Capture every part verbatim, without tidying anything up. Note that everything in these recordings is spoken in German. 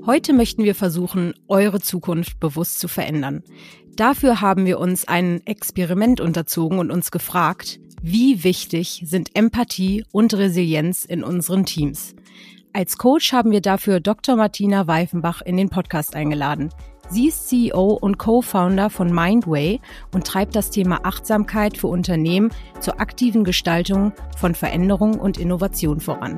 Heute möchten wir versuchen, eure Zukunft bewusst zu verändern. Dafür haben wir uns ein Experiment unterzogen und uns gefragt, wie wichtig sind Empathie und Resilienz in unseren Teams? Als Coach haben wir dafür Doktor Martina Weifenbach in den Podcast eingeladen. Sie ist C E O und Co-Founder von Mindway und treibt das Thema Achtsamkeit für Unternehmen zur aktiven Gestaltung von Veränderung und Innovation voran.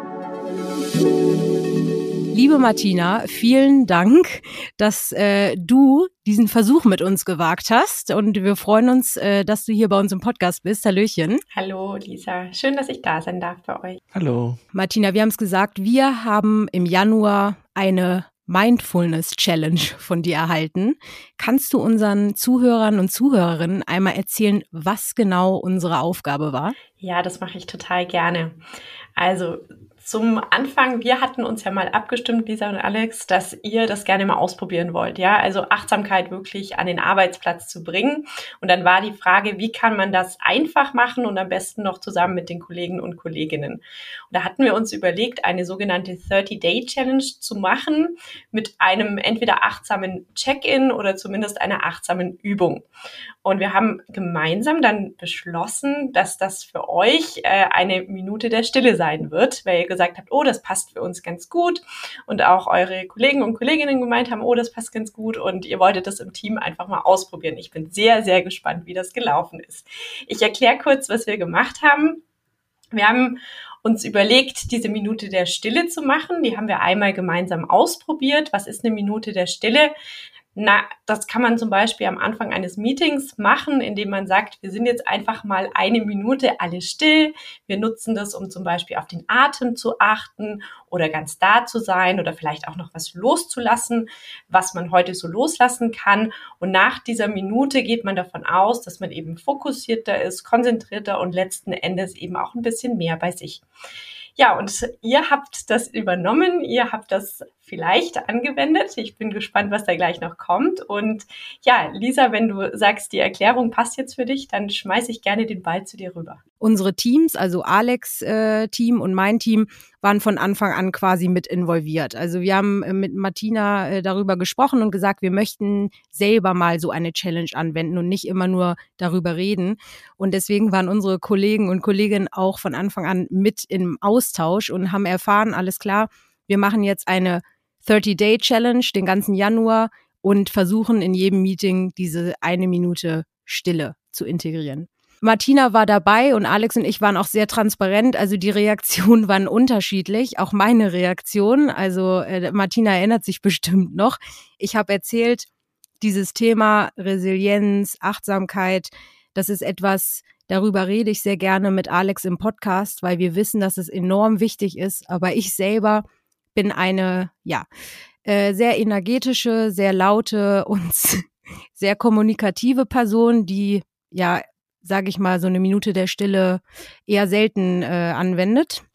Liebe Martina, vielen Dank, dass äh, du diesen Versuch mit uns gewagt hast und wir freuen uns, äh, dass du hier bei uns im Podcast bist. Hallöchen. Hallo Lisa, schön, dass ich da sein darf bei euch. Hallo. Martina, wir haben es gesagt, wir haben im Januar eine Mindfulness-Challenge von dir erhalten. Kannst du unseren Zuhörern und Zuhörerinnen einmal erzählen, was genau unsere Aufgabe war? Ja, das mache ich total gerne. Also zum Anfang, wir hatten uns ja mal abgestimmt, Lisa und Alex, dass ihr das gerne mal ausprobieren wollt, ja, also Achtsamkeit wirklich an den Arbeitsplatz zu bringen. Und dann war die Frage, wie kann man das einfach machen und am besten noch zusammen mit den Kollegen und Kolleginnen. Und da hatten wir uns überlegt, eine sogenannte thirty-day-Challenge zu machen mit einem entweder achtsamen Check-in oder zumindest einer achtsamen Übung. Und wir haben gemeinsam dann beschlossen, dass das für euch äh, eine Minute der Stille sein wird, weil ihr gesagt habt, oh, das passt für uns ganz gut. Und auch eure Kollegen und Kolleginnen gemeint haben, oh, das passt ganz gut. Und ihr wolltet das im Team einfach mal ausprobieren. Ich bin sehr, sehr gespannt, wie das gelaufen ist. Ich erkläre kurz, was wir gemacht haben. Wir haben uns überlegt, diese Minute der Stille zu machen. Die haben wir einmal gemeinsam ausprobiert. Was ist eine Minute der Stille? Na, das kann man zum Beispiel am Anfang eines Meetings machen, indem man sagt, wir sind jetzt einfach mal eine Minute alle still. Wir nutzen das, um zum Beispiel auf den Atem zu achten oder ganz da zu sein oder vielleicht auch noch was loszulassen, was man heute so loslassen kann. Und nach dieser Minute geht man davon aus, dass man eben fokussierter ist, konzentrierter und letzten Endes eben auch ein bisschen mehr bei sich. Ja, und ihr habt das übernommen, ihr habt das vielleicht angewendet. Ich bin gespannt, was da gleich noch kommt. Und ja, Lisa, wenn du sagst, die Erklärung passt jetzt für dich, dann schmeiße ich gerne den Ball zu dir rüber. Unsere Teams, also Alex äh, Team und mein Team, waren von Anfang an quasi mit involviert. Also wir haben äh, mit Martina äh, darüber gesprochen und gesagt, wir möchten selber mal so eine Challenge anwenden und nicht immer nur darüber reden. Und deswegen waren unsere Kollegen und Kolleginnen auch von Anfang an mit im Austausch und haben erfahren, alles klar, wir machen jetzt eine thirty-day-Challenge den ganzen Januar und versuchen in jedem Meeting diese eine Minute Stille zu integrieren. Martina war dabei und Alex und ich waren auch sehr transparent, also die Reaktionen waren unterschiedlich, auch meine Reaktion, also äh, Martina erinnert sich bestimmt noch. Ich habe erzählt, dieses Thema Resilienz, Achtsamkeit, das ist etwas, darüber rede ich sehr gerne mit Alex im Podcast, weil wir wissen, dass es enorm wichtig ist, aber ich selber bin eine, ja, äh, sehr energetische, sehr laute und sehr kommunikative Person, die, ja, sage ich mal, so eine Minute der Stille eher selten äh, anwendet.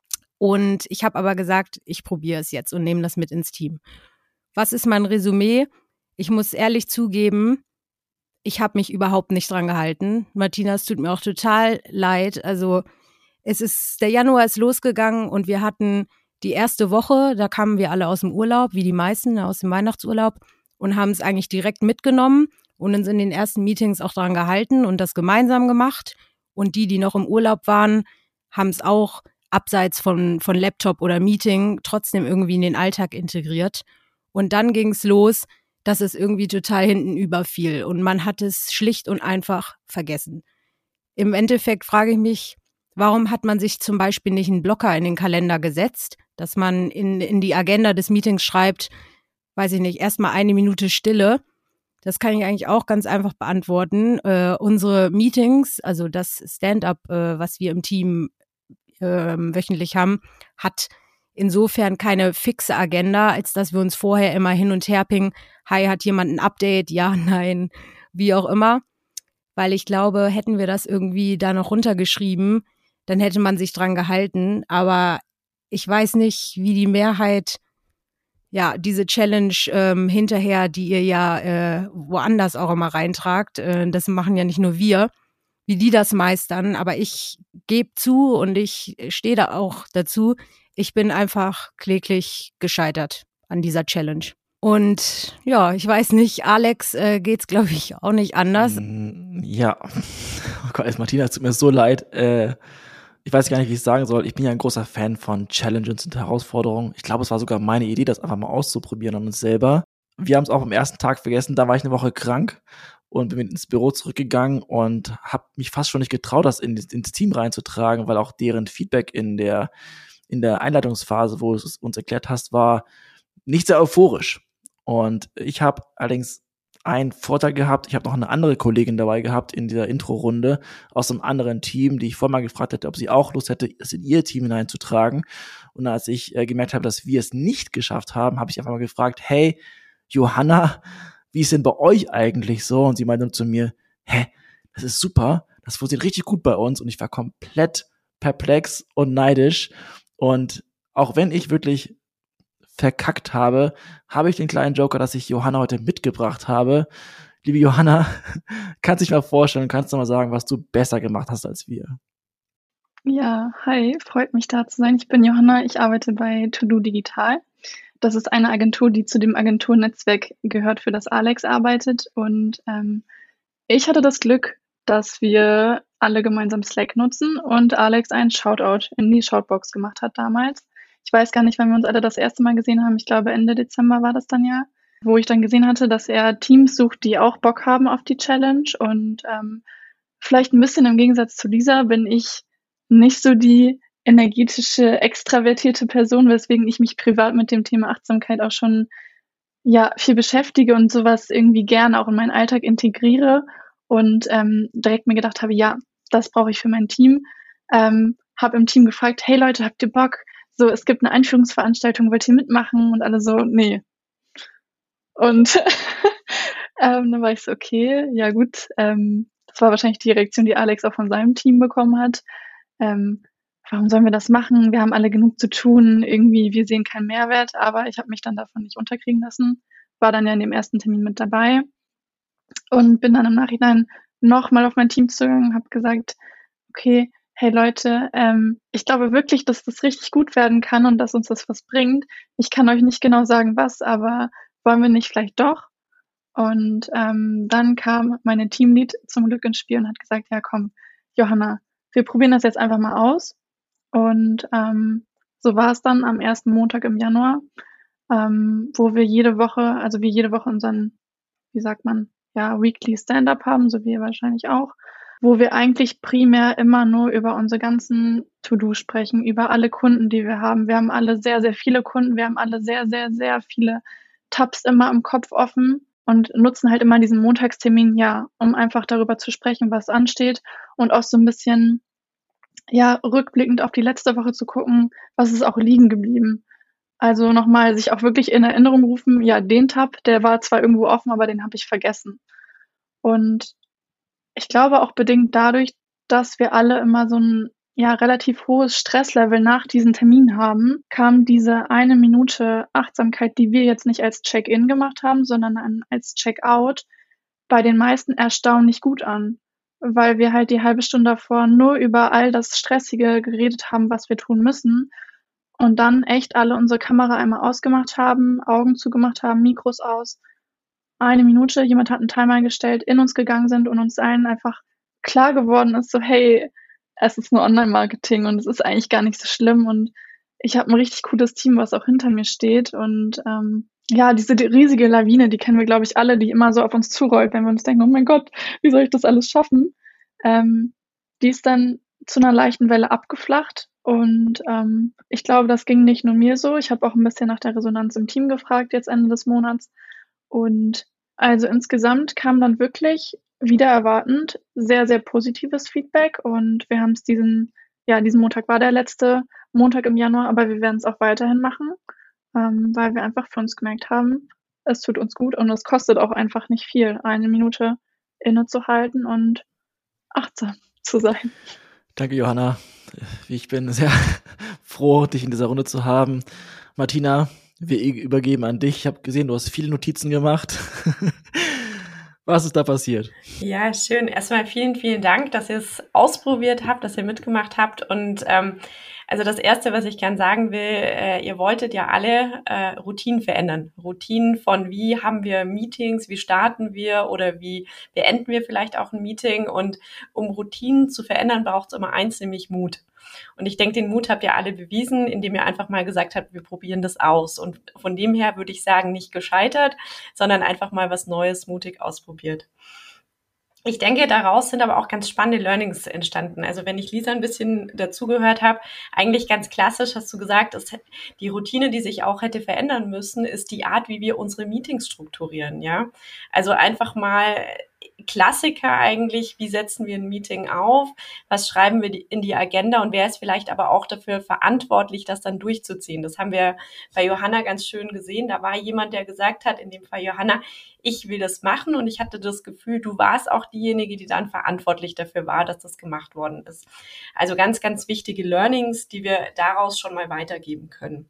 Und ich habe aber gesagt, ich probiere es jetzt und nehme das mit ins Team. Was ist mein Resümee? Ich muss ehrlich zugeben, ich habe mich überhaupt nicht dran gehalten. Martina, es tut mir auch total leid. Also es ist, der Januar ist losgegangen und wir hatten die erste Woche, da kamen wir alle aus dem Urlaub, wie die meisten aus dem Weihnachtsurlaub und haben es eigentlich direkt mitgenommen und uns in den ersten Meetings auch dran gehalten und das gemeinsam gemacht. Und die, die noch im Urlaub waren, haben es auch abseits von, von Laptop oder Meeting trotzdem irgendwie in den Alltag integriert. Und dann ging es los, dass es irgendwie total hinten überfiel und man hat es schlicht und einfach vergessen. Im Endeffekt frage ich mich, warum hat man sich zum Beispiel nicht einen Blocker in den Kalender gesetzt, dass man in, in die Agenda des Meetings schreibt, weiß ich nicht, erstmal eine Minute Stille. Das kann ich eigentlich auch ganz einfach beantworten. Äh, unsere Meetings, also das Stand-up, äh, was wir im Team äh, wöchentlich haben, hat insofern keine fixe Agenda, als dass wir uns vorher immer hin und her pingen. Hi, hat jemand ein Update? Ja, nein, wie auch immer. Weil ich glaube, hätten wir das irgendwie da noch runtergeschrieben, dann hätte man sich dran gehalten. Aber ich weiß nicht, wie die Mehrheit ja diese Challenge ähm, hinterher, die ihr ja äh, woanders auch immer reintragt, äh, das machen ja nicht nur wir, wie die das meistern. Aber ich gebe zu und ich stehe da auch dazu, ich bin einfach kläglich gescheitert. an dieser Challenge. Und ja, ich weiß nicht, Alex äh, geht's, glaube ich, auch nicht anders. Ja, oh Gott, Martina, es tut mir so leid. Äh, ich weiß gar nicht, wie ich es sagen soll. Ich bin ja ein großer Fan von Challenges und Herausforderungen. Ich glaube, es war sogar meine Idee, das einfach mal auszuprobieren an uns selber. Wir haben es auch am ersten Tag vergessen, da war ich eine Woche krank und bin ins Büro zurückgegangen und habe mich fast schon nicht getraut, das in, ins Team reinzutragen, weil auch deren Feedback in der, in der Einleitungsphase, wo du es uns erklärt hast, war nicht sehr euphorisch. Und ich habe allerdings einen Vorteil gehabt, ich habe noch eine andere Kollegin dabei gehabt in dieser Intro-Runde aus einem anderen Team, die ich vorher mal gefragt hätte, ob sie auch Lust hätte, es in ihr Team hineinzutragen. Und als ich äh, gemerkt habe, dass wir es nicht geschafft haben, habe ich einfach mal gefragt, hey, Johanna, wie ist denn bei euch eigentlich so? Und sie meinte zu mir, hä, das ist super, das funktioniert richtig gut bei uns. Und ich war komplett perplex und neidisch. Und auch wenn ich wirklich verkackt habe, habe ich den kleinen Joker, dass ich Johanna heute mitgebracht habe. Liebe Johanna, kannst du dich mal vorstellen, kannst du mal sagen, was du besser gemacht hast als wir? Ja, hi, freut mich da zu sein. Ich bin Johanna, ich arbeite bei To-Do Digital. Das ist eine Agentur, die zu dem Agenturnetzwerk gehört, für das Alex arbeitet. Und ähm, ich hatte das Glück, dass wir alle gemeinsam Slack nutzen und Alex einen Shoutout in die Shoutbox gemacht hat damals. Ich weiß gar nicht, wann wir uns alle das erste Mal gesehen haben. Ich glaube, Ende Dezember war das dann ja, wo ich dann gesehen hatte, dass er Teams sucht, die auch Bock haben auf die Challenge. Und ähm, vielleicht ein bisschen im Gegensatz zu Lisa bin ich nicht so die energetische, extravertierte Person, weswegen ich mich privat mit dem Thema Achtsamkeit auch schon ja viel beschäftige und sowas irgendwie gerne auch in meinen Alltag integriere und ähm, direkt mir gedacht habe, ja, das brauche ich für mein Team. Ähm, habe im Team gefragt, hey Leute, habt ihr Bock? So, es gibt eine Einführungsveranstaltung, wollt ihr mitmachen? Und alle so, nee. Und ähm, dann war ich so, okay, ja gut. Ähm, das war wahrscheinlich die Reaktion, die Alex auch von seinem Team bekommen hat. Ähm, warum sollen wir das machen? Wir haben alle genug zu tun. Irgendwie, wir sehen keinen Mehrwert. Aber ich habe mich dann davon nicht unterkriegen lassen. War dann ja in dem ersten Termin mit dabei. Und bin dann im Nachhinein nochmal auf mein Team zugegangen und habe gesagt, okay, hey Leute, ähm, ich glaube wirklich, dass das richtig gut werden kann und dass uns das was bringt. Ich kann euch nicht genau sagen, was, aber wollen wir nicht vielleicht doch? Und ähm, dann kam meine Teamlead zum Glück ins Spiel und hat gesagt, ja komm, Johanna, wir probieren das jetzt einfach mal aus. Und ähm, so war es dann am ersten Montag im Januar, ähm, wo wir jede Woche, also wir jede Woche unseren, wie sagt man, ja, Weekly Stand-Up haben, so wie ihr wahrscheinlich auch, wo wir eigentlich primär immer nur über unsere ganzen To-Do sprechen, über alle Kunden, die wir haben. Wir haben alle sehr, sehr viele Kunden, wir haben alle sehr, sehr, sehr viele Tabs immer im Kopf offen und nutzen halt immer diesen Montagstermin, ja, um einfach darüber zu sprechen, was ansteht und auch so ein bisschen, ja, rückblickend auf die letzte Woche zu gucken, was ist auch liegen geblieben. Also nochmal sich auch wirklich in Erinnerung rufen, ja, den Tab, der war zwar irgendwo offen, aber den habe ich vergessen. Und ich glaube auch bedingt dadurch, dass wir alle immer so ein ja relativ hohes Stresslevel nach diesen Terminen haben, kam diese eine Minute Achtsamkeit, die wir jetzt nicht als Check-in gemacht haben, sondern als Check-out, bei den meisten erstaunlich gut an, weil wir halt die halbe Stunde davor nur über all das Stressige geredet haben, was wir tun müssen und dann echt alle unsere Kamera einmal ausgemacht haben, Augen zugemacht haben, Mikros aus, eine Minute, jemand hat einen Timer gestellt, in uns gegangen sind und uns allen einfach klar geworden ist, so hey, es ist nur Online-Marketing und es ist eigentlich gar nicht so schlimm und ich habe ein richtig cooles Team, was auch hinter mir steht und ähm, ja, diese riesige Lawine, die kennen wir, glaube ich, alle, die immer so auf uns zurollt, wenn wir uns denken, oh mein Gott, wie soll ich das alles schaffen? Ähm, die ist dann zu einer leichten Welle abgeflacht und ähm, ich glaube, das ging nicht nur mir so. Ich habe auch ein bisschen nach der Resonanz im Team gefragt, jetzt Ende des Monats. Und also insgesamt kam dann wirklich wieder erwartend sehr, sehr positives Feedback und wir haben es diesen, ja, diesen Montag war der letzte Montag im Januar, aber wir werden es auch weiterhin machen, ähm, weil wir einfach für uns gemerkt haben, es tut uns gut und es kostet auch einfach nicht viel, eine Minute innezuhalten und achtsam zu sein. Danke, Johanna. Ich bin sehr froh, dich in dieser Runde zu haben. Martina, wir übergeben an dich. Ich habe gesehen, du hast viele Notizen gemacht. Was ist da passiert? Ja, schön. Erstmal vielen, vielen Dank, dass ihr es ausprobiert habt, dass ihr mitgemacht habt. Und ähm, also das Erste, was ich gern sagen will, äh, ihr wolltet ja alle äh, Routinen verändern. Routinen von wie haben wir Meetings, wie starten wir oder wie beenden wir vielleicht auch ein Meeting. Und um Routinen zu verändern, braucht es immer eins, nämlich Mut. Und ich denke, den Mut habt ihr alle bewiesen, indem ihr einfach mal gesagt habt, wir probieren das aus. Und von dem her würde ich sagen, nicht gescheitert, sondern einfach mal was Neues, mutig ausprobiert. Ich denke, daraus sind aber auch ganz spannende Learnings entstanden. Also wenn ich Lisa ein bisschen dazugehört habe, eigentlich ganz klassisch hast du gesagt, dass die Routine, die sich auch hätte verändern müssen, ist die Art, wie wir unsere Meetings strukturieren. Ja, also einfach mal Klassiker eigentlich, wie setzen wir ein Meeting auf, was schreiben wir in die Agenda und wer ist vielleicht aber auch dafür verantwortlich, das dann durchzuziehen. Das haben wir bei Johanna ganz schön gesehen. Da war jemand, der gesagt hat, in dem Fall Johanna, ich will das machen und ich hatte das Gefühl, du warst auch diejenige, die dann verantwortlich dafür war, dass das gemacht worden ist. Also ganz, ganz wichtige Learnings, die wir daraus schon mal weitergeben können.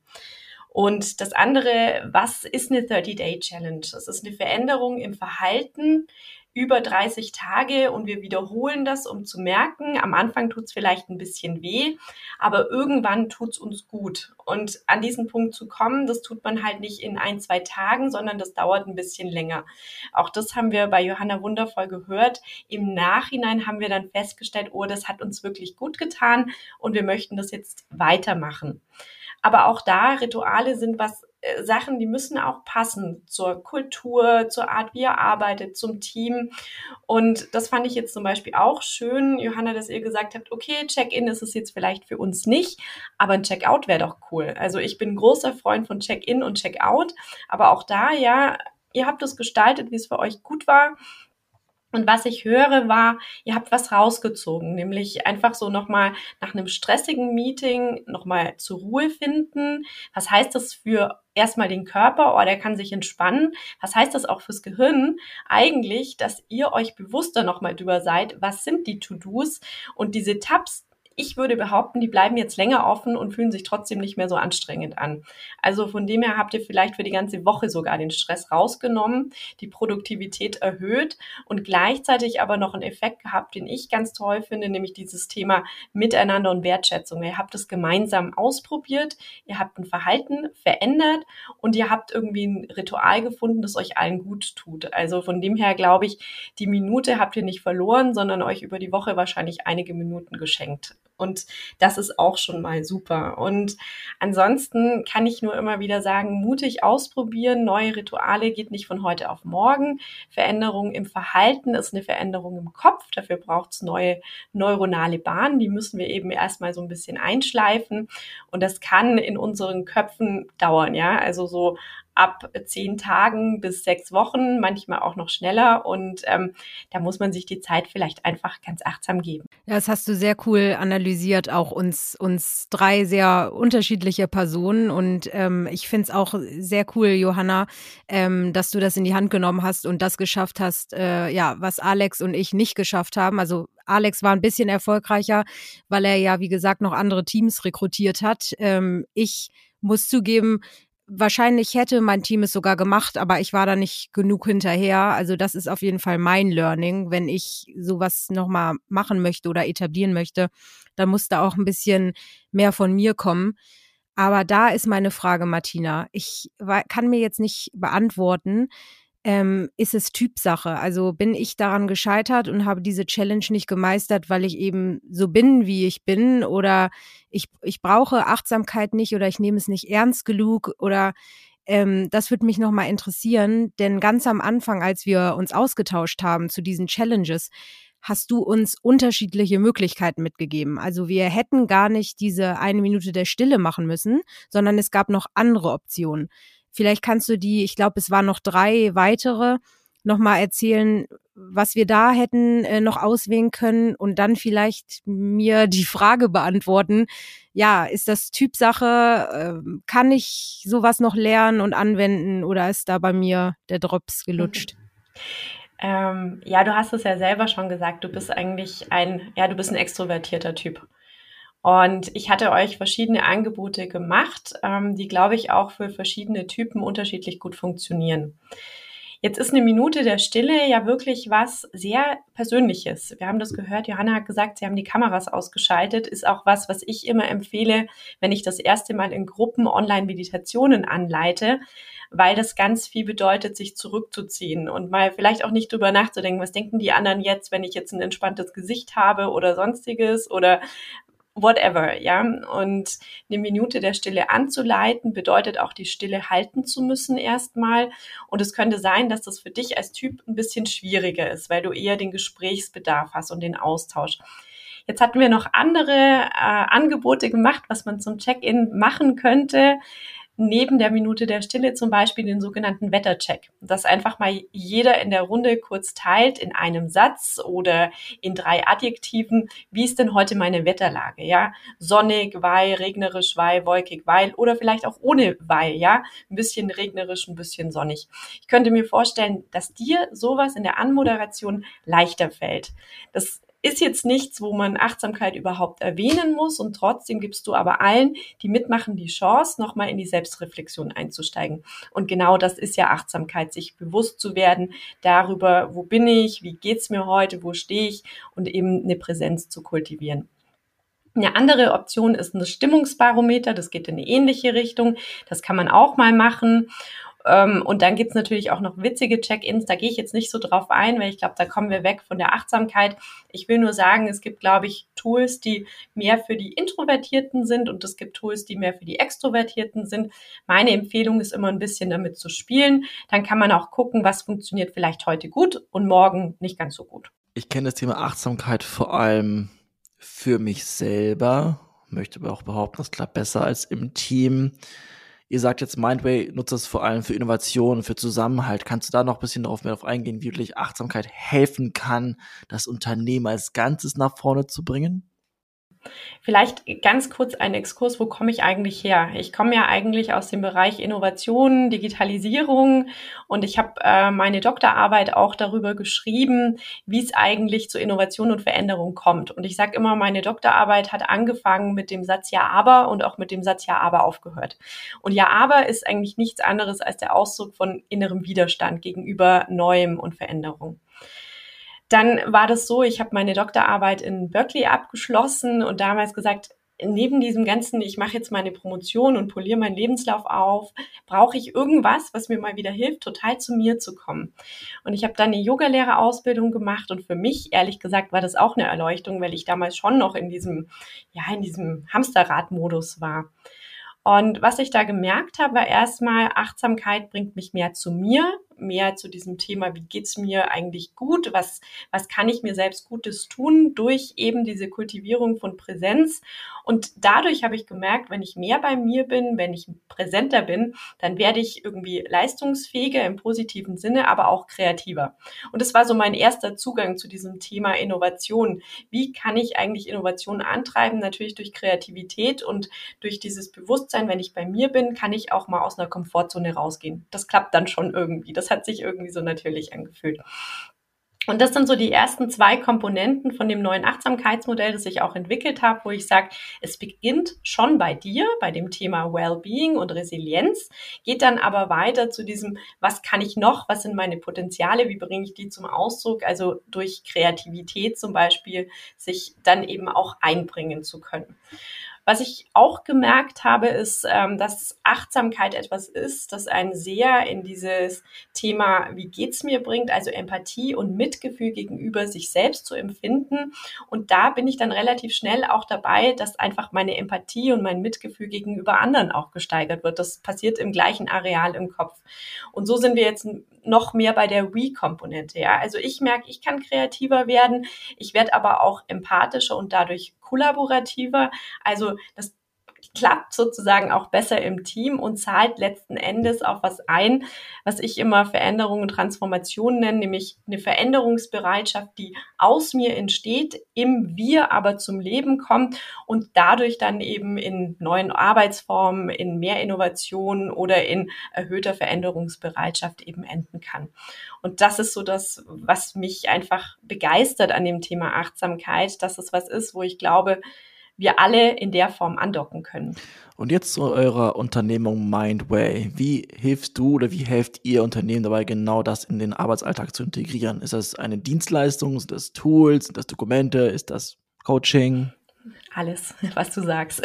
Und das andere, was ist eine thirty-day-Challenge? Es ist eine Veränderung im Verhalten über dreißig Tage und wir wiederholen das, um zu merken, am Anfang tut's vielleicht ein bisschen weh, aber irgendwann tut's uns gut. Und an diesen Punkt zu kommen, das tut man halt nicht in ein, zwei Tagen, sondern das dauert ein bisschen länger. Auch das haben wir bei Johanna wundervoll gehört. Im Nachhinein haben wir dann festgestellt, oh, das hat uns wirklich gut getan und wir möchten das jetzt weitermachen. Aber auch da, Rituale sind was, äh, Sachen, die müssen auch passen zur Kultur, zur Art, wie ihr arbeitet, zum Team. Und das fand ich jetzt zum Beispiel auch schön, Johanna, dass ihr gesagt habt, okay, Check-in ist es jetzt vielleicht für uns nicht, aber ein Check-out wäre doch cool. Also ich bin ein großer Freund von Check-in und Check-out, aber auch da, ja, ihr habt es gestaltet, wie es für euch gut war. Und was ich höre, war, ihr habt was rausgezogen, nämlich einfach so nochmal nach einem stressigen Meeting nochmal zur Ruhe finden. Was heißt das für erstmal den Körper? Oh, der kann sich entspannen. Was heißt das auch fürs Gehirn? Eigentlich, dass ihr euch bewusster nochmal drüber seid, was sind die To-Dos und diese Tabs. Ich würde behaupten, die bleiben jetzt länger offen und fühlen sich trotzdem nicht mehr so anstrengend an. Also von dem her habt ihr vielleicht für die ganze Woche sogar den Stress rausgenommen, die Produktivität erhöht und gleichzeitig aber noch einen Effekt gehabt, den ich ganz toll finde, nämlich dieses Thema Miteinander und Wertschätzung. Ihr habt es gemeinsam ausprobiert, ihr habt ein Verhalten verändert und ihr habt irgendwie ein Ritual gefunden, das euch allen gut tut. Also von dem her glaube ich, die Minute habt ihr nicht verloren, sondern euch über die Woche wahrscheinlich einige Minuten geschenkt. Und das ist auch schon mal super. Und ansonsten kann ich nur immer wieder sagen, mutig ausprobieren. Neue Rituale geht nicht von heute auf morgen. Veränderung im Verhalten ist eine Veränderung im Kopf. Dafür braucht es neue neuronale Bahnen. Die müssen wir eben erstmal so ein bisschen einschleifen. Und das kann in unseren Köpfen dauern, ja. Also so ab zehn Tagen bis sechs Wochen, manchmal auch noch schneller. Und ähm, da muss man sich die Zeit vielleicht einfach ganz achtsam geben. Ja, das hast du sehr cool analysiert, auch uns uns drei sehr unterschiedliche Personen. Und ähm, ich finde es auch sehr cool, Johanna, ähm, dass du das in die Hand genommen hast und das geschafft hast, äh, ja, was Alex und ich nicht geschafft haben. Also Alex war ein bisschen erfolgreicher, weil er ja, wie gesagt, noch andere Teams rekrutiert hat. Ähm, ich muss zugeben, wahrscheinlich hätte mein Team es sogar gemacht, aber ich war da nicht genug hinterher. Also das ist auf jeden Fall mein Learning. Wenn ich sowas nochmal machen möchte oder etablieren möchte, dann muss da auch ein bisschen mehr von mir kommen. Aber da ist meine Frage, Martina. Ich kann mir jetzt nicht beantworten, ähm, ist es Typsache? Also bin ich daran gescheitert und habe diese Challenge nicht gemeistert, weil ich eben so bin, wie ich bin, oder ich, ich brauche Achtsamkeit nicht oder ich nehme es nicht ernst genug oder ähm, das würde mich nochmal interessieren, denn ganz am Anfang, als wir uns ausgetauscht haben zu diesen Challenges, hast du uns unterschiedliche Möglichkeiten mitgegeben. Also wir hätten gar nicht diese eine Minute der Stille machen müssen, sondern es gab noch andere Optionen. Vielleicht kannst du die, ich glaube, es waren noch drei weitere, nochmal erzählen, was wir da hätten äh, noch auswählen können und dann vielleicht mir die Frage beantworten, ja, ist das Typsache, äh, kann ich sowas noch lernen und anwenden oder ist da bei mir der Drops gelutscht? Ähm, ja, du hast es ja selber schon gesagt, du bist eigentlich ein, ja, du bist ein extrovertierter Typ. Und ich hatte euch verschiedene Angebote gemacht, ähm, die, glaube ich, auch für verschiedene Typen unterschiedlich gut funktionieren. Jetzt ist eine Minute der Stille ja wirklich was sehr Persönliches. Wir haben das gehört, Johanna hat gesagt, sie haben die Kameras ausgeschaltet, ist auch was, was ich immer empfehle, wenn ich das erste Mal in Gruppen Online-Meditationen anleite, weil das ganz viel bedeutet, sich zurückzuziehen und mal vielleicht auch nicht drüber nachzudenken, was denken die anderen jetzt, wenn ich jetzt ein entspanntes Gesicht habe oder sonstiges oder whatever, ja. Und eine Minute der Stille anzuleiten, bedeutet auch, die Stille halten zu müssen erstmal. Und es könnte sein, dass das für dich als Typ ein bisschen schwieriger ist, weil du eher den Gesprächsbedarf hast und den Austausch. Jetzt hatten wir noch andere äh, Angebote gemacht, was man zum Check-in machen könnte. Neben der Minute der Stille zum Beispiel den sogenannten Wettercheck. Dass einfach mal jeder in der Runde kurz teilt in einem Satz oder in drei Adjektiven, wie ist denn heute meine Wetterlage, ja? Sonnig, weil, regnerisch, weil, wolkig, weil oder vielleicht auch ohne weil, ja? Ein bisschen regnerisch, ein bisschen sonnig. Ich könnte mir vorstellen, dass dir sowas in der Anmoderation leichter fällt. Das ist jetzt nichts, wo man Achtsamkeit überhaupt erwähnen muss und trotzdem gibst du aber allen, die mitmachen, die Chance, nochmal in die Selbstreflexion einzusteigen. Und genau das ist ja Achtsamkeit, sich bewusst zu werden darüber, wo bin ich, wie geht's mir heute, wo stehe ich und eben eine Präsenz zu kultivieren. Eine andere Option ist ein Stimmungsbarometer, das geht in eine ähnliche Richtung, das kann man auch mal machen. Und dann gibt's natürlich auch noch witzige Check-ins, da gehe ich jetzt nicht so drauf ein, weil ich glaube, da kommen wir weg von der Achtsamkeit. Ich will nur sagen, es gibt, glaube ich, Tools, die mehr für die Introvertierten sind und es gibt Tools, die mehr für die Extrovertierten sind. Meine Empfehlung ist immer ein bisschen damit zu spielen. Dann kann man auch gucken, was funktioniert vielleicht heute gut und morgen nicht ganz so gut. Ich kenne das Thema Achtsamkeit vor allem für mich selber, möchte aber auch behaupten, das klappt besser als im Team. Ihr sagt jetzt, Mindway nutzt das vor allem für Innovation, für Zusammenhalt. Kannst du da noch ein bisschen darauf mehr drauf eingehen, wie wirklich Achtsamkeit helfen kann, das Unternehmen als Ganzes nach vorne zu bringen? Vielleicht ganz kurz ein Exkurs, wo komme ich eigentlich her? Ich komme ja eigentlich aus dem Bereich Innovation, Digitalisierung und ich habe äh, meine Doktorarbeit auch darüber geschrieben, wie es eigentlich zu Innovation und Veränderung kommt. Und ich sage immer, meine Doktorarbeit hat angefangen mit dem Satz Ja, aber und auch mit dem Satz Ja, aber aufgehört. Und Ja, aber ist eigentlich nichts anderes als der Ausdruck von innerem Widerstand gegenüber Neuem und Veränderung. Dann war das so, ich habe meine Doktorarbeit in Berkeley abgeschlossen und damals gesagt, neben diesem ganzen, ich mache jetzt meine Promotion und poliere meinen Lebenslauf auf, brauche ich irgendwas, was mir mal wieder hilft, total zu mir zu kommen. Und ich habe dann eine Yogalehrerausbildung gemacht und für mich, ehrlich gesagt, war das auch eine Erleuchtung, weil ich damals schon noch in diesem, ja, in diesem Hamsterrad-Modus war. Und was ich da gemerkt habe, war erstmal, Achtsamkeit bringt mich mehr zu mir, mehr zu diesem Thema, wie geht's mir eigentlich gut, was, was kann ich mir selbst Gutes tun durch eben diese Kultivierung von Präsenz. Und dadurch habe ich gemerkt, wenn ich mehr bei mir bin, wenn ich präsenter bin, dann werde ich irgendwie leistungsfähiger im positiven Sinne, aber auch kreativer. Und das war so mein erster Zugang zu diesem Thema Innovation. Wie kann ich eigentlich Innovation antreiben? Natürlich durch Kreativität und durch dieses Bewusstsein, wenn ich bei mir bin, kann ich auch mal aus einer Komfortzone rausgehen. Das klappt dann schon irgendwie. Das hat sich irgendwie so natürlich angefühlt. Und das sind so die ersten zwei Komponenten von dem neuen Achtsamkeitsmodell, das ich auch entwickelt habe, wo ich sage, es beginnt schon bei dir, bei dem Thema Wellbeing und Resilienz, geht dann aber weiter zu diesem, was kann ich noch, was sind meine Potenziale, wie bringe ich die zum Ausdruck, also durch Kreativität zum Beispiel, sich dann eben auch einbringen zu können. Was ich auch gemerkt habe, ist, dass Achtsamkeit etwas ist, das einen sehr in dieses Thema, wie geht's mir bringt, also Empathie und Mitgefühl gegenüber sich selbst zu empfinden. Und da bin ich dann relativ schnell auch dabei, dass einfach meine Empathie und mein Mitgefühl gegenüber anderen auch gesteigert wird. Das passiert im gleichen Areal im Kopf. Und so sind wir jetzt noch mehr bei der We-Komponente. Ja? Also ich merke, ich kann kreativer werden, ich werde aber auch empathischer und dadurch kollaborativer. Also das klappt sozusagen auch besser im Team und zahlt letzten Endes auf was ein, was ich immer Veränderung und Transformation nenne, nämlich eine Veränderungsbereitschaft, die aus mir entsteht, im Wir aber zum Leben kommt und dadurch dann eben in neuen Arbeitsformen, in mehr Innovation oder in erhöhter Veränderungsbereitschaft eben enden kann. Und das ist so das, was mich einfach begeistert an dem Thema Achtsamkeit, dass es was ist, wo ich glaube, wir alle in der Form andocken können. Und jetzt zu eurer Unternehmung Mindway. Wie hilfst du oder wie helft ihr Unternehmen dabei, genau das in den Arbeitsalltag zu integrieren? Ist das eine Dienstleistung? Sind das Tools? Sind das Dokumente? Ist das Coaching? Alles, was du sagst.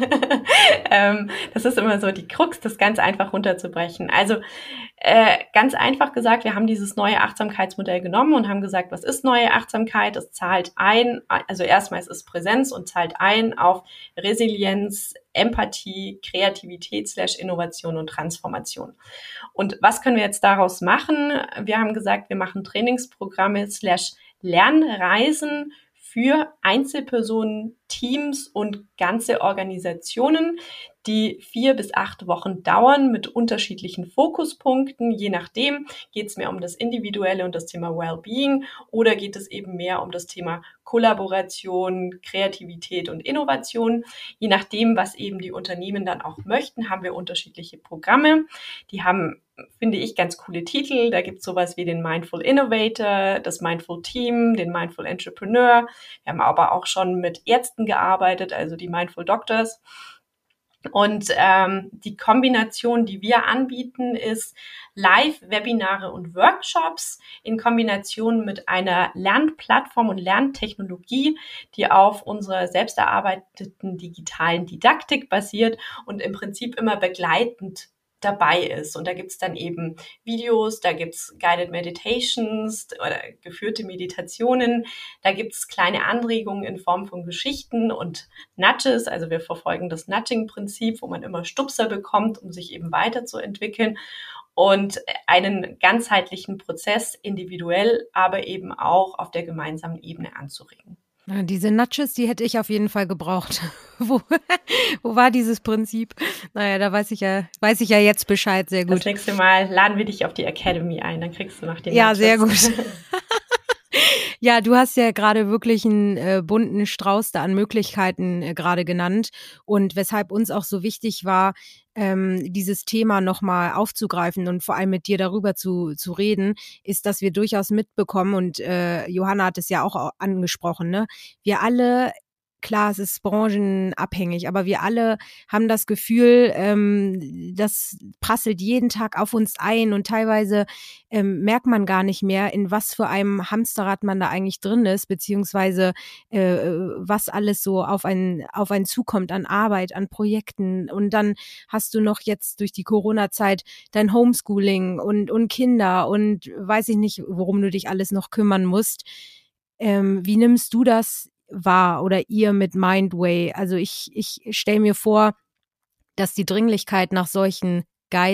ähm, das ist immer so die Krux, das ganz einfach runterzubrechen. Also äh, ganz einfach gesagt, wir haben dieses neue Achtsamkeitsmodell genommen und haben gesagt, was ist neue Achtsamkeit? Es zahlt ein, also erstmal es ist Präsenz und zahlt ein auf Resilienz, Empathie, Kreativität slash Innovation und Transformation. Und was können wir jetzt daraus machen? Wir haben gesagt, wir machen Trainingsprogramme slash Lernreisen für Einzelpersonen, Teams und ganze Organisationen, die vier bis acht Wochen dauern mit unterschiedlichen Fokuspunkten. Je nachdem geht es mehr um das Individuelle und das Thema Wellbeing oder geht es eben mehr um das Thema Kollaboration, Kreativität und Innovation. Je nachdem, was eben die Unternehmen dann auch möchten, haben wir unterschiedliche Programme. Die haben, finde ich, ganz coole Titel. Da gibt es sowas wie den Mindful Innovator, das Mindful Team, den Mindful Entrepreneur. Wir haben aber auch schon mit Ärzten gearbeitet, also die Mindful Doctors. Und ähm, die Kombination, die wir anbieten, ist Live-Webinare und Workshops in Kombination mit einer Lernplattform und Lerntechnologie, die auf unserer selbst erarbeiteten digitalen Didaktik basiert und im Prinzip immer begleitend dabei ist. Und da gibt's dann eben Videos, da gibt's Guided Meditations oder geführte Meditationen, da gibt's kleine Anregungen in Form von Geschichten und Nudges. Also wir verfolgen das Nudging-Prinzip, wo man immer Stupser bekommt, um sich eben weiterzuentwickeln und einen ganzheitlichen Prozess individuell, aber eben auch auf der gemeinsamen Ebene anzuregen. Ja, diese Nudges, die hätte ich auf jeden Fall gebraucht. wo, wo war dieses Prinzip? Naja, da weiß ich ja, weiß ich ja jetzt Bescheid, sehr gut. Das nächste Mal laden wir dich auf die Academy ein, dann kriegst du nach den Ja, Nudges. sehr gut. Ja, du hast ja gerade wirklich einen äh, bunten Strauß da an Möglichkeiten äh, gerade genannt und weshalb uns auch so wichtig war, ähm, dieses Thema nochmal aufzugreifen und vor allem mit dir darüber zu, zu reden, ist, dass wir durchaus mitbekommen und äh, Johanna hat es ja auch angesprochen, ne? Wir alle, klar, es ist branchenabhängig, aber wir alle haben das Gefühl, ähm, das prasselt jeden Tag auf uns ein und teilweise ähm, merkt man gar nicht mehr, in was für einem Hamsterrad man da eigentlich drin ist, beziehungsweise äh, was alles so auf einen, auf einen zukommt an Arbeit, an Projekten. Und dann hast du noch jetzt durch die Corona-Zeit dein Homeschooling und, und Kinder und weiß ich nicht, worum du dich alles noch kümmern musst. Ähm, wie nimmst du das wahr oder ihr mit Mindway? Also ich, ich stelle mir vor, dass die Dringlichkeit nach solchen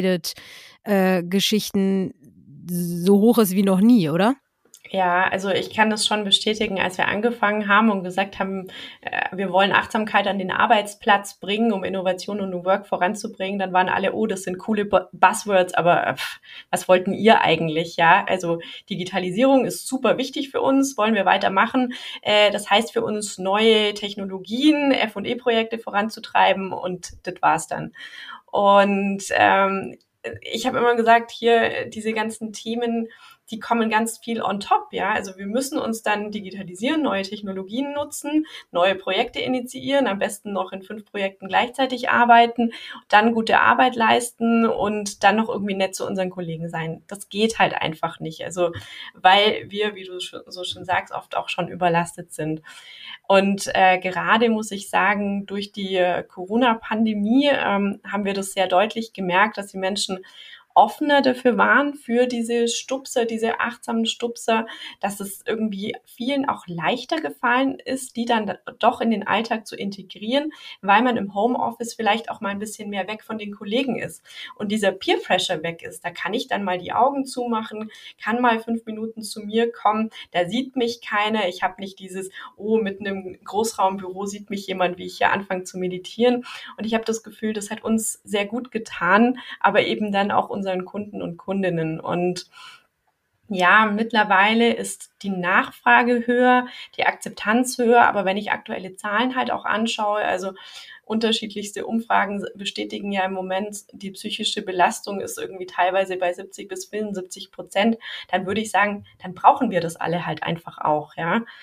Guided-Geschichten äh, so hoch ist wie noch nie, oder? Ja, also ich kann das schon bestätigen, als wir angefangen haben und gesagt haben, äh, wir wollen Achtsamkeit an den Arbeitsplatz bringen, um Innovation und New Work voranzubringen, dann waren alle, oh, das sind coole Buzzwords, aber pff, was wollten ihr eigentlich? Ja, also Digitalisierung ist super wichtig für uns, wollen wir weitermachen. Äh, das heißt für uns, neue Technologien, F und E-Projekte voranzutreiben und das war's dann. Und ähm, ich habe immer gesagt, hier diese ganzen Themen, die kommen ganz viel on top, ja. Also wir müssen uns dann digitalisieren, neue Technologien nutzen, neue Projekte initiieren, am besten noch in fünf Projekten gleichzeitig arbeiten, dann gute Arbeit leisten und dann noch irgendwie nett zu unseren Kollegen sein. Das geht halt einfach nicht. Also weil wir, wie du so schon sagst, oft auch schon überlastet sind. Und äh, gerade muss ich sagen, durch die äh, Corona-Pandemie ähm, haben wir das sehr deutlich gemerkt, dass die Menschen offener dafür waren, für diese Stupser, diese achtsamen Stupser, dass es irgendwie vielen auch leichter gefallen ist, die dann doch in den Alltag zu integrieren, weil man im Homeoffice vielleicht auch mal ein bisschen mehr weg von den Kollegen ist und dieser Peer Pressure weg ist. Da kann ich dann mal die Augen zumachen, kann mal fünf Minuten zu mir kommen, da sieht mich keiner, ich habe nicht dieses, oh, mitten im Großraumbüro sieht mich jemand, wie ich hier anfange zu meditieren, und ich habe das Gefühl, das hat uns sehr gut getan, aber eben dann auch unseren Kunden und Kundinnen. Und ja, mittlerweile ist die Nachfrage höher, die Akzeptanz höher, aber wenn ich aktuelle Zahlen halt auch anschaue, also unterschiedlichste Umfragen bestätigen ja im Moment, die psychische Belastung ist irgendwie teilweise bei siebzig bis fünfundsiebzig Prozent, dann würde ich sagen, dann brauchen wir das alle halt einfach auch, ja.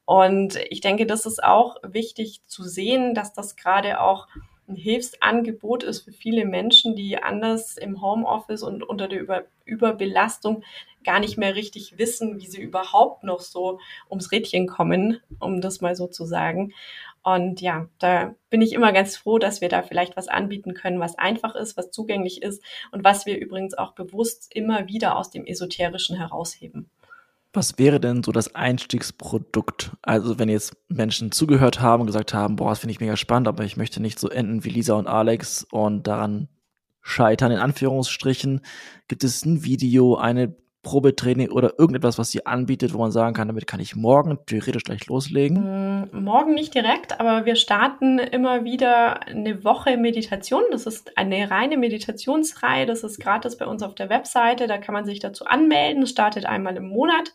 Und ich denke, das ist auch wichtig zu sehen, dass das gerade auch ein Hilfsangebot ist für viele Menschen, die anders im Homeoffice und unter der Über- Überbelastung gar nicht mehr richtig wissen, wie sie überhaupt noch so ums Rädchen kommen, um das mal so zu sagen. Und ja, da bin ich immer ganz froh, dass wir da vielleicht was anbieten können, was einfach ist, was zugänglich ist und was wir übrigens auch bewusst immer wieder aus dem Esoterischen herausheben. Was wäre denn so das Einstiegsprodukt? Also wenn jetzt Menschen zugehört haben und gesagt haben, boah, das finde ich mega spannend, aber ich möchte nicht so enden wie Lisa und Alex und daran scheitern, in Anführungsstrichen. Gibt es ein Video, eine Probetraining oder irgendetwas, was sie anbietet, wo man sagen kann, damit kann ich morgen theoretisch gleich loslegen? Morgen nicht direkt, aber wir starten immer wieder eine Woche Meditation. Das ist eine reine Meditationsreihe. Das ist gratis bei uns auf der Webseite. Da kann man sich dazu anmelden. Es startet einmal im Monat.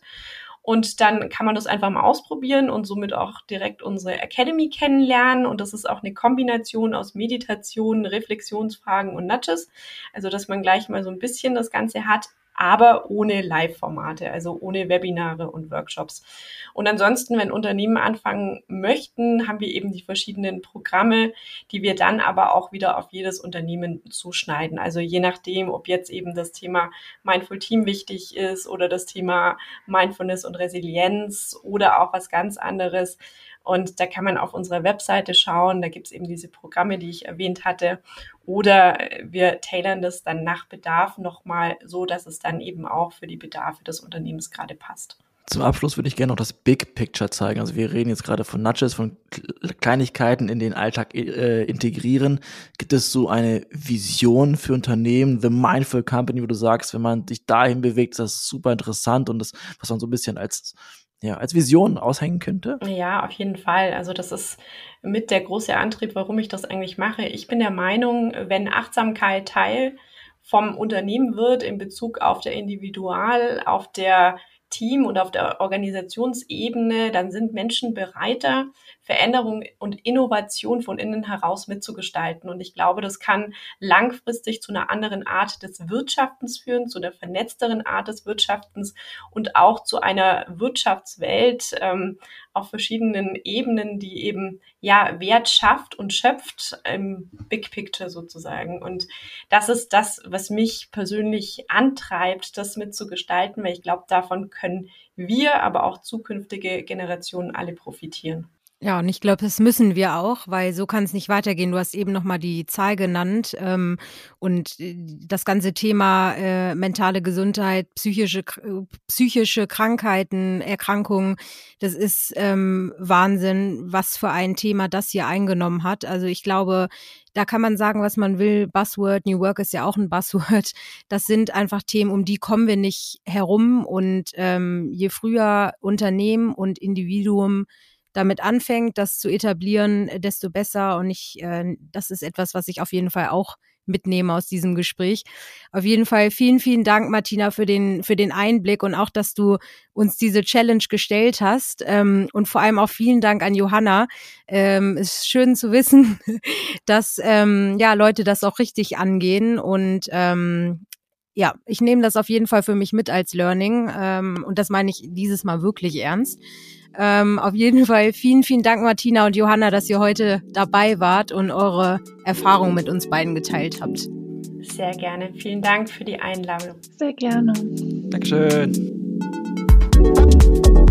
Und dann kann man das einfach mal ausprobieren und somit auch direkt unsere Academy kennenlernen. Und das ist auch eine Kombination aus Meditation, Reflexionsfragen und Nudges. Also, dass man gleich mal so ein bisschen das Ganze hat, aber ohne Live-Formate, also ohne Webinare und Workshops. Und ansonsten, wenn Unternehmen anfangen möchten, haben wir eben die verschiedenen Programme, die wir dann aber auch wieder auf jedes Unternehmen zuschneiden. Also je nachdem, ob jetzt eben das Thema Mindful Team wichtig ist oder das Thema Mindfulness und Resilienz oder auch was ganz anderes. Und da kann man auf unserer Webseite schauen, da gibt es eben diese Programme, die ich erwähnt hatte. Oder wir tailern das dann nach Bedarf nochmal so, dass es dann eben auch für die Bedarfe des Unternehmens gerade passt. Zum Abschluss würde ich gerne noch das Big Picture zeigen. Also wir reden jetzt gerade von Nudges, von Kleinigkeiten in den Alltag äh, integrieren. Gibt es so eine Vision für Unternehmen, The Mindful Company, wo du sagst, wenn man sich dahin bewegt, ist das super interessant und das, was man so ein bisschen als ja, als Vision aushängen könnte? Ja, auf jeden Fall. Also das ist mit der große Antrieb, warum ich das eigentlich mache. Ich bin der Meinung, wenn Achtsamkeit Teil vom Unternehmen wird in Bezug auf der Individual-, auf der Team- und auf der Organisationsebene, dann sind Menschen bereiter, Veränderung und Innovation von innen heraus mitzugestalten. Und ich glaube, das kann langfristig zu einer anderen Art des Wirtschaftens führen, zu einer vernetzteren Art des Wirtschaftens und auch zu einer Wirtschaftswelt ähm, auf verschiedenen Ebenen, die eben ja Wert schafft und schöpft im Big Picture sozusagen. Und das ist das, was mich persönlich antreibt, das mitzugestalten, weil ich glaube, davon können wir, aber auch zukünftige Generationen alle profitieren. Ja, und ich glaube, das müssen wir auch, weil so kann es nicht weitergehen. Du hast eben nochmal die Zahl genannt ähm, und das ganze Thema äh, mentale Gesundheit, psychische psychische Krankheiten, Erkrankungen, das ist ähm, Wahnsinn, was für ein Thema das hier eingenommen hat. Also ich glaube, da kann man sagen, was man will. Buzzword, New Work ist ja auch ein Buzzword. Das sind einfach Themen, um die kommen wir nicht herum. Und ähm, je früher Unternehmen und Individuum damit anfängt, das zu etablieren, desto besser. Und ich, äh, das ist etwas, was ich auf jeden Fall auch mitnehme aus diesem Gespräch. Auf jeden Fall vielen, vielen Dank, Martina, für den für den Einblick und auch, dass du uns diese Challenge gestellt hast. Ähm, und vor allem auch vielen Dank an Johanna. Ähm, ist schön zu wissen, dass ähm, ja Leute das auch richtig angehen. Und ähm, ja, ich nehme das auf jeden Fall für mich mit als Learning. Ähm, und das meine ich dieses Mal wirklich ernst. Ähm, auf jeden Fall vielen, vielen Dank, Martina und Johanna, dass ihr heute dabei wart und eure Erfahrungen mit uns beiden geteilt habt. Sehr gerne. Vielen Dank für die Einladung. Sehr gerne. Dankeschön.